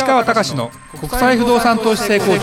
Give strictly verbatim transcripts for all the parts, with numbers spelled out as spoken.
川隆の国際不動産投資成功塾。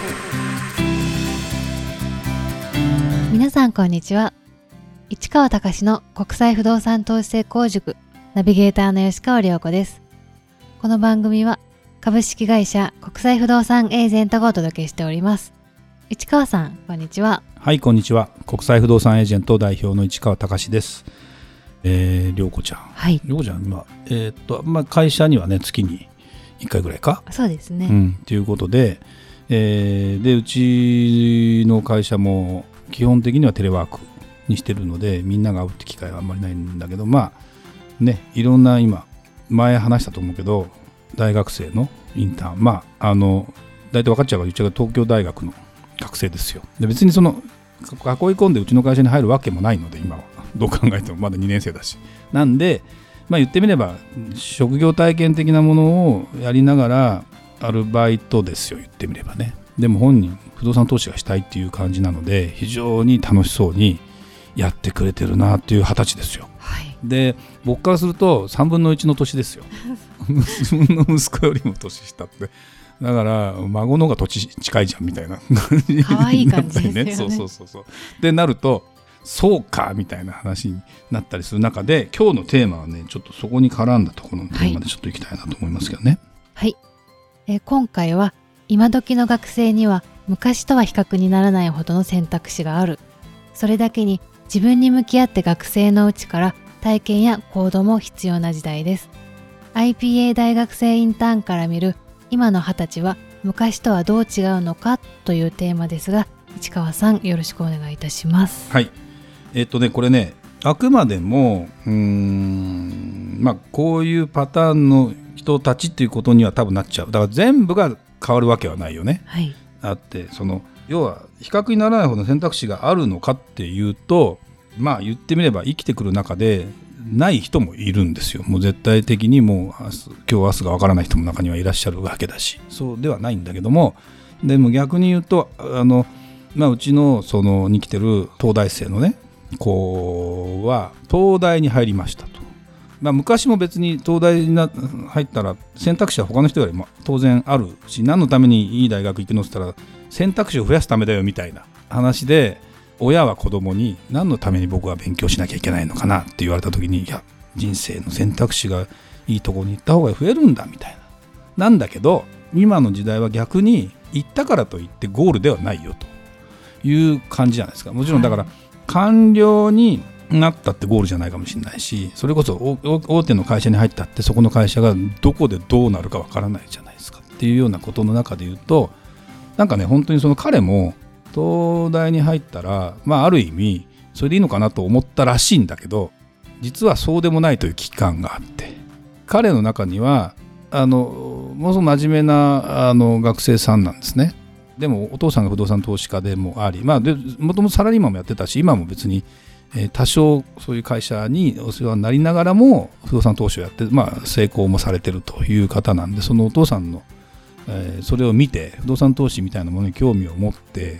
皆さんこんにちは。市川隆の国際不動産投資成功塾ナビゲーターの吉川良子です。この番組は株式会社国際不動産エージェントがお届けしております。市川さんこんにちは。 はい、こんにちは。国際不動産エージェント代表の市川隆です。えー、良子ちゃん、 はい、 良子ちゃん今、えーっとまあ、会社にはね月にいっかいぐらいか。 そうですね、 うん、ということで、えー、でうちの会社も基本的にはテレワークにしてるのでみんなが会うって機会はあんまりないんだけど、まあね、いろんな今前話したと思うけど大学生のインターン、まああの大体分かっちゃうから言っちゃうけど東京大学の学生ですよ。で別にその囲い込んでうちの会社に入るわけもないので今はどう考えてもまだにねん生だし、なんでまあ言ってみれば職業体験的なものをやりながらアルバイトですよ、言ってみればね。でも本人不動産投資がしたいっていう感じなので非常に楽しそうにやってくれてるなっていう二十歳ですよ、はい、で僕からするとさんぶんのいちの年ですよ自分の息子よりも年下って、だから孫の方が年近いじゃんみたいな感じになったりね。 可愛い感じですよね。 そうそうそうそうでなるとそうかみたいな話になったりする中で、今日のテーマはねちょっとそこに絡んだところのテーマでちょっといきたいなと思いますけどね。 はい、えー、今回は今時の学生には昔とは比較にならないほどの選択肢がある。それだけに自分に向き合って学生のうちから体験や行動も必要な時代です。アイピーエー 大学生インターンから見る今の二十歳は昔とはどう違うのかというテーマですが、市川さんよろしくお願いいたします。 はい、えっとねこれねあくまでもうーんまあこういうパターンの人たちっていうことには多分なっちゃう。だから全部が変わるわけはないよね、はい、あってその要は比較にならないほどの選択肢があるのかっていうと、まあ言ってみれば生きてくる中でない人もいるんですよ。もう絶対的にもう明日今日明日がわからない人も中にはいらっしゃるわけだし、そうではないんだけども、でも逆に言うとあの、まあ、うちのそのに来てる東大生のね子は東大に入りましたと。まあ、昔も別に東大に入ったら選択肢は他の人よりも当然あるし、何のためにいい大学行くのって言ったら選択肢を増やすためだよみたいな話で、親は子供に何のために僕は勉強しなきゃいけないのかなって言われた時に、いや人生の選択肢がいいところに行った方が増えるんだみたいな。なんだけど今の時代は逆に行ったからといってゴールではないよという感じじゃないですか。もちろんだから官僚になったってゴールじゃないかもしれないし、それこそ大手の会社に入ったってそこの会社がどこでどうなるかわからないじゃないですかっていうようなことの中で言うと、なんかね本当にその彼も東大に入ったら、まあある意味それでいいのかなと思ったらしいんだけど、実はそうでもないという危機感があって、彼の中にはあのものすごく真面目なあの学生さんなんですね。でもお父さんが不動産投資家でもあり、まあでもともとサラリーマンもやってたし、今も別にえー、多少そういう会社にお世話になりながらも不動産投資をやって、まあ、成功もされてるという方なんで、そのお父さんの、えー、それを見て不動産投資みたいなものに興味を持って、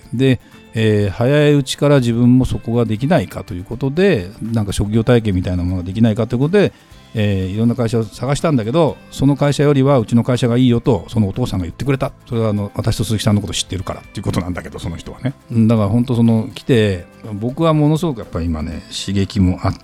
で、えー、早いうちから自分もそこができないかということで、なんか職業体験みたいなものができないかということで、えー、いろんな会社を探したんだけど、その会社よりはうちの会社がいいよとそのお父さんが言ってくれた。それはあの私と鈴木さんのことを知ってるからっていうことなんだけど、その人はね。だから本当その来て僕はものすごくやっぱり今ね刺激もあって、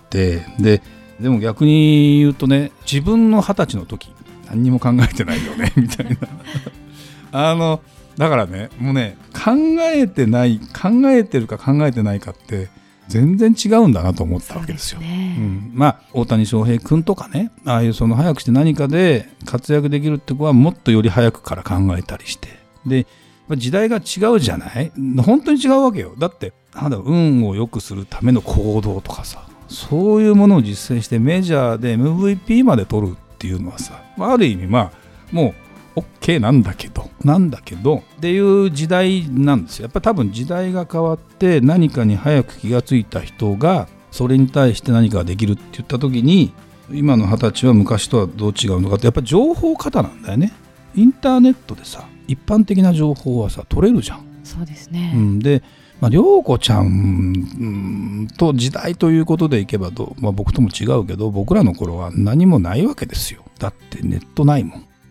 ででも逆に言うとね、自分の二十歳の時何にも考えてないよねみたいなあのだからねもうね考えてない考えてるか考えてないかって全然違うんだなと思ったわけですよ。 そうですね。 うん、まあ大谷翔平君とかね、ああいうその早くして何かで活躍できるって子はもっとより早くから考えたりして、で時代が違うじゃない。本当に違うわけよ。だってなんだろう、運を良くするための行動とかさ、そういうものを実践してメジャーで エムブイピー まで取るっていうのはさ、ある意味まあもう OK なんだけどなんだけどっていう時代なんですよ。やっぱり多分時代が変わって何かに早く気がついた人がそれに対して何かができるって言った時に、今の二十歳は昔とはどう違うのかって、やっぱり情報過多なんだよね。インターネットでさ一般的な情報はさ取れるじゃん。 そうですね、 うん、で、まあ、涼子ちゃん、うん、と時代ということでいけばどう、まあ、僕とも違うけど僕らの頃は何もないわけですよ。だってネットないもん。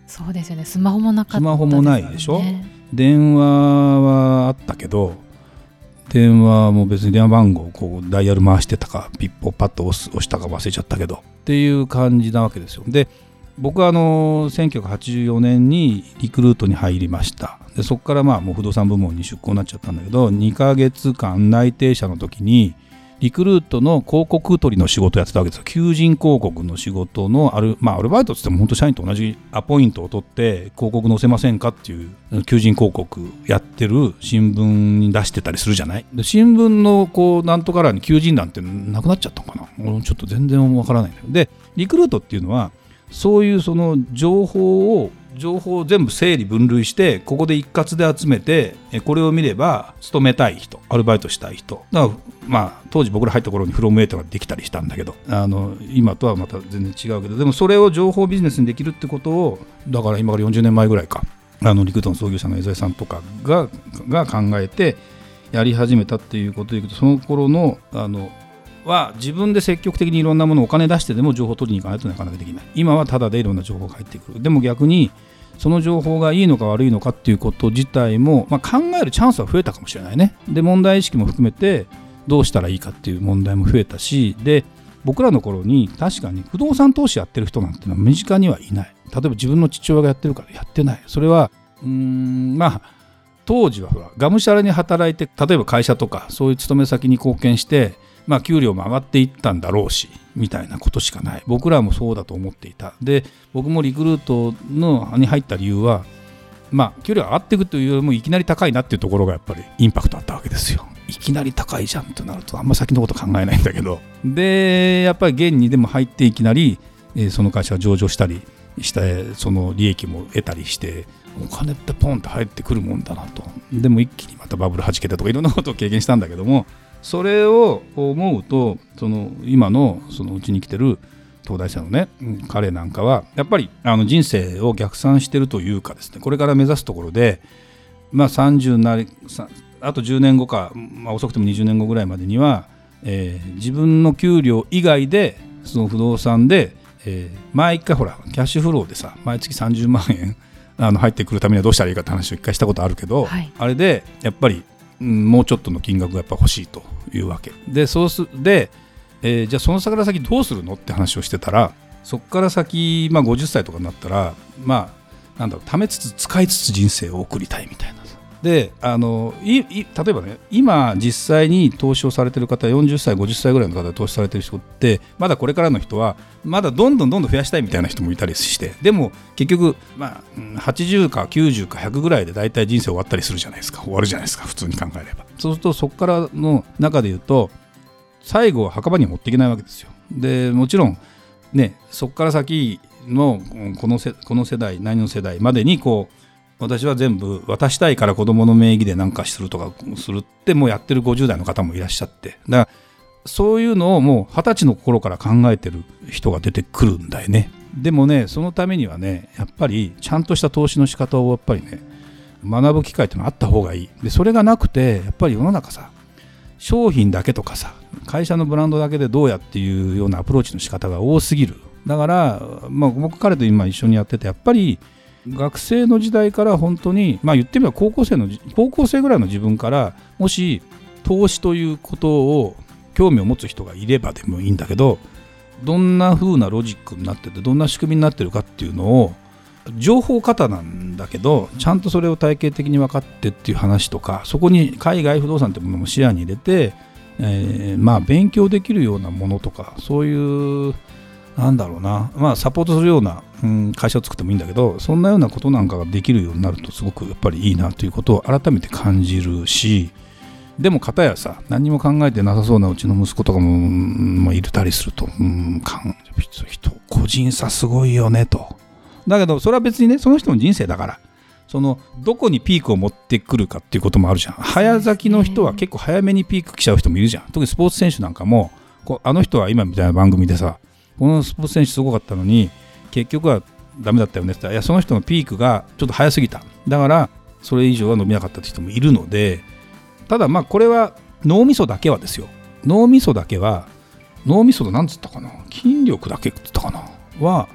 そうですよね。スマホもなかったですよね。 スマホもないでしょ。電話はあったけど、電話も別に電話番号をこうダイヤル回してたかピッポパッと押す押したか忘れちゃったけどっていう感じなわけですよ。で僕はあのせんきゅうひゃくはちじゅうよねんにリクルートに入りました。でそこからまあもう不動産部門に出向になっちゃったんだけど、にかげつかん内定者の時にリクルートの広告取りの仕事をやってたわけですよ。求人広告の仕事のアル、まあ、アルバイトって言っても本当社員と同じアポイントを取って広告載せませんかっていう求人広告やってる新聞に出してたりするじゃない。で新聞のこうなんとからに求人欄ってなくなっちゃったのかな。俺ちょっと全然わからないんだけど、でリクルートっていうのはそういうその情報を情報を全部整理分類してここで一括で集めて、これを見れば勤めたい人、アルバイトしたい人だから、まあ、当時僕ら入った頃にフロムエイトができたりしたんだけど、あの今とはまた全然違うけど、でもそれを情報ビジネスにできるってことをだから今からよんじゅうねんまえぐらいか、あのリクルートの創業者の江添さんとかがが考えてやり始めたっていうことでいうと、その頃のあのは自分で積極的にいろんなものをお金出してでも情報を取りに行かないとなかなかできない。今はただでいろんな情報が入ってくる。でも逆にその情報がいいのか悪いのかっていうこと自体も、まあ、考えるチャンスは増えたかもしれないね。で問題意識も含めてどうしたらいいかっていう問題も増えたし、で僕らの頃に確かに不動産投資やってる人なんてのは身近にはいない。例えば自分の父親がやってるからやってない。それはうーんまあ当時はほらがむしゃらに働いて、例えば会社とかそういう勤め先に貢献してまあ、給料も上がっていったんだろうしみたいなことしかない。僕らもそうだと思っていた。で僕もリクルートのに入った理由は、まあ、給料上がっていくというよりもいきなり高いなっていうところがやっぱりインパクトあったわけですよ。いきなり高いじゃんとなるとあんま先のこと考えないんだけど、でやっぱり現にでも入っていきなり、えー、その会社が上場したりしてその利益も得たりしてお金ってポンって入ってくるもんだなと。でも一気にまたバブルはじけたとかいろんなことを経験したんだけども、それを思うとその今のそのうちに来てる東大生のね、彼なんかはやっぱりあの人生を逆算してるというかですね、これから目指すところで、まあ、さんじゅうなりあとじゅうねんごか、まあ、遅くてもにじゅうねんごぐらいまでには、えー、自分の給料以外でその不動産で、えー、毎回ほらキャッシュフローでさ毎月さんじゅうまんえんあの入ってくるためにはどうしたらいいかって話を一回したことあるけど、はい、あれでやっぱりもうちょっとの金額がやっぱ欲しいというわけで、そうすで、えー、じゃあそのから先どうするのって話をしてたら、そこから先、まあ、ごじゅっさいとかになったら、まあ、なんだろう貯めつつ使いつつ人生を送りたいみたいな。であのいい例えばね、今実際に投資をされている方、よんじゅっさいごじゅっさいぐらいの方で投資されている人ってまだこれからの人はまだどんどんどんどん増やしたいみたいな人もいたりして、でも結局、まあ、はちじゅうかきゅうじゅうかひゃくぐらいで大体人生終わったりするじゃないですか。終わるじゃないですか普通に考えれば。そうするとそこからの中で言うと最後は墓場には持っていけないわけですよ。でもちろんね、そこから先のこのせこの世代何の世代までにこう私は全部渡したいから子供の名義で何かするとかするってもうやってるごじゅう代の方もいらっしゃって、だからそういうのをもうはたちの頃から考えてる人が出てくるんだよね。でもね、そのためにはねやっぱりちゃんとした投資の仕方をやっぱりね学ぶ機会ってのがあった方がいい。でそれがなくてやっぱり世の中さ商品だけとかさ会社のブランドだけでどうやっていうようなアプローチの仕方が多すぎる。だから、まあ、僕彼と今一緒にやっててやっぱり学生の時代から本当に、まあ、言ってみれば高校生の高校生ぐらいの自分からもし投資ということを興味を持つ人がいればでもいいんだけど、どんな風なロジックになっててどんな仕組みになってるかっていうのを情報型なんだけどちゃんとそれを体系的に分かってっていう話とか、そこに海外不動産ってものも視野に入れて、えー、まあ勉強できるようなものとかそういうなんだろうな、まあサポートするような、うん、会社を作ってもいいんだけど、そんなようなことなんかができるようになるとすごくやっぱりいいなということを改めて感じるし、でも片やさ何も考えてなさそうなうちの息子とかも、まあ、いるたりすると、うん、人個人差すごいよねと。だけどそれは別にねその人の人生だから、そのどこにピークを持ってくるかっていうこともあるじゃん。早咲きの人は結構早めにピーク来ちゃう人もいるじゃん。特にスポーツ選手なんかもこうあの人は今みたいな番組でさこのスポーツ選手すごかったのに結局はダメだったよねって言ったら、いやその人のピークがちょっと早すぎた、だからそれ以上は伸びなかったって人もいるので、ただまあこれは脳みそだけはですよ、脳みそだけは脳みそと何つったかな、筋力だけって言ったかなは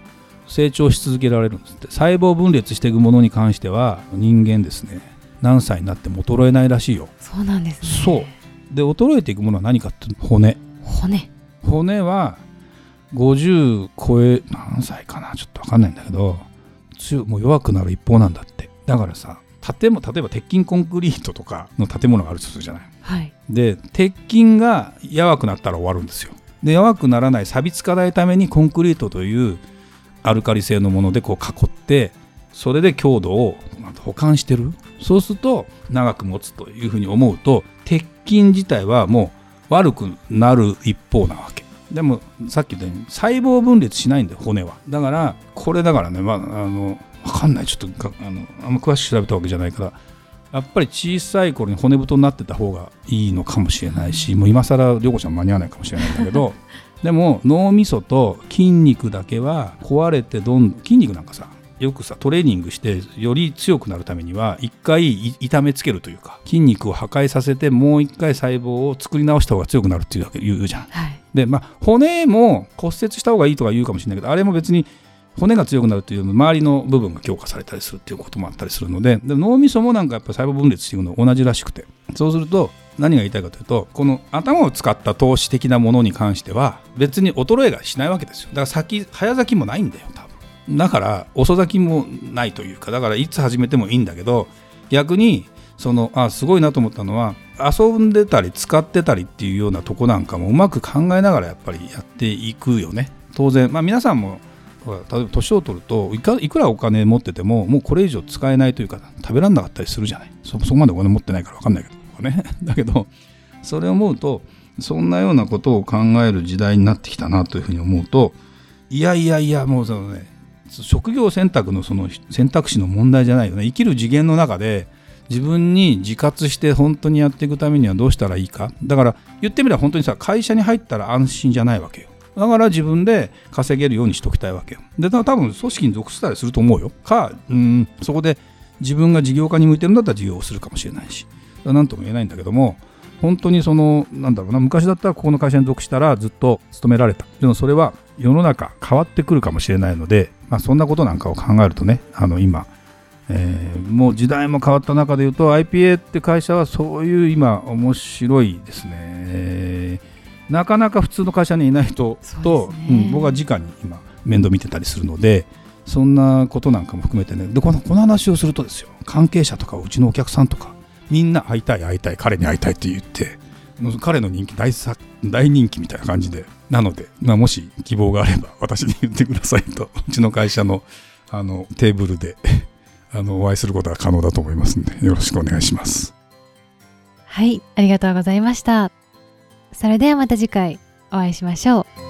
成長し続けられるんですって。細胞分裂していくものに関しては人間ですね、何歳になっても衰えないらしいよ。 そうなんですね。 そうで、衰えていくものは何かって骨骨骨はごじゅう超え何歳かなちょっと分かんないんだけど、強もう弱くなる一方なんだって。だからさ、建物例えば鉄筋コンクリートとかの建物があるとするじゃない、 はい、 で鉄筋が弱くなったら終わるんですよ。で弱くならない、錆びつかないためにコンクリートというアルカリ性のものでこう囲って、それで強度を保管してる。そうすると長く持つというふうに思うと、鉄筋自体はもう悪くなる一方なわけ。でもさっき言ったように細胞分裂しないんだよ、骨は。だからこれだからね、まあ、あの分かんない、ちょっとあのあんま詳しく調べたわけじゃないから、やっぱり小さい頃に骨太になってた方がいいのかもしれないし、もう今更涼子ちゃん間に合わないかもしれないんだけどでも脳みそと筋肉だけは壊れて、どんどん筋肉なんかさ、よくさトレーニングしてより強くなるためには一回痛めつけるというか、筋肉を破壊させてもう一回細胞を作り直した方が強くなるっていうわけ言うじゃん、はい、でまあ骨も骨折した方がいいとか言うかもしれないけど、あれも別に骨が強くなるという周りの部分が強化されたりするっていうこともあったりするので、で脳みそもなんかやっぱ細胞分裂していくの同じらしくて、そうすると何が言いたいかというと、この頭を使った投資的なものに関しては別に衰えがしないわけですよ。だから先早咲きもないんだよ多分。だから遅咲きもないというか、だからいつ始めてもいいんだけど、逆にそのあすごいなと思ったのは、遊んでたり使ってたりっていうようなとこなんかもうまく考えながらやっぱりやっていくよね。当然、まあ、皆さんも例えば年を取るとい か, いくらお金持っててももうこれ以上使えないというか、食べられなかったりするじゃない。 そ, そこまでお金持ってないから分かんないけどねだけどそれを思うと、そんなようなことを考える時代になってきたなというふうに思うと、いやいやいやもうそのね、職業選択のその選択肢の問題じゃないよね。生きる次元の中で自分に自活して本当にやっていくためにはどうしたらいいか。だから言ってみれば本当にさ、会社に入ったら安心じゃないわけよ。だから自分で稼げるようにしておきたいわけよ。で多分組織に属したりすると思うよ。かうんそこで自分が事業家に向いてるんだったら事業をするかもしれないし、何とも言えないんだけども、本当にそのなんだろうな、昔だったらここの会社に属したらずっと勤められた。でもそれは世の中変わってくるかもしれないので、まあ、そんなことなんかを考えるとね、あの今、えー、もう時代も変わった中でいうと アイピーエー って会社はそういう今面白いですね、えー、なかなか普通の会社にいない人と、うん、僕は直に今面倒見てたりするので、そんなことなんかも含めてね。でこの、この話をするとですよ、関係者とかうちのお客さんとかみんな会いたい会いたい彼に会いたいって言って、彼の人気 大, 大人気みたいな感じで、なので、まあ、もし希望があれば私に言ってくださいと、うちの会社 の, あのテーブルであのお会いすることが可能だと思いますので、よろしくお願いします。 はい、ありがとうございました。それではまた次回お会いしましょう。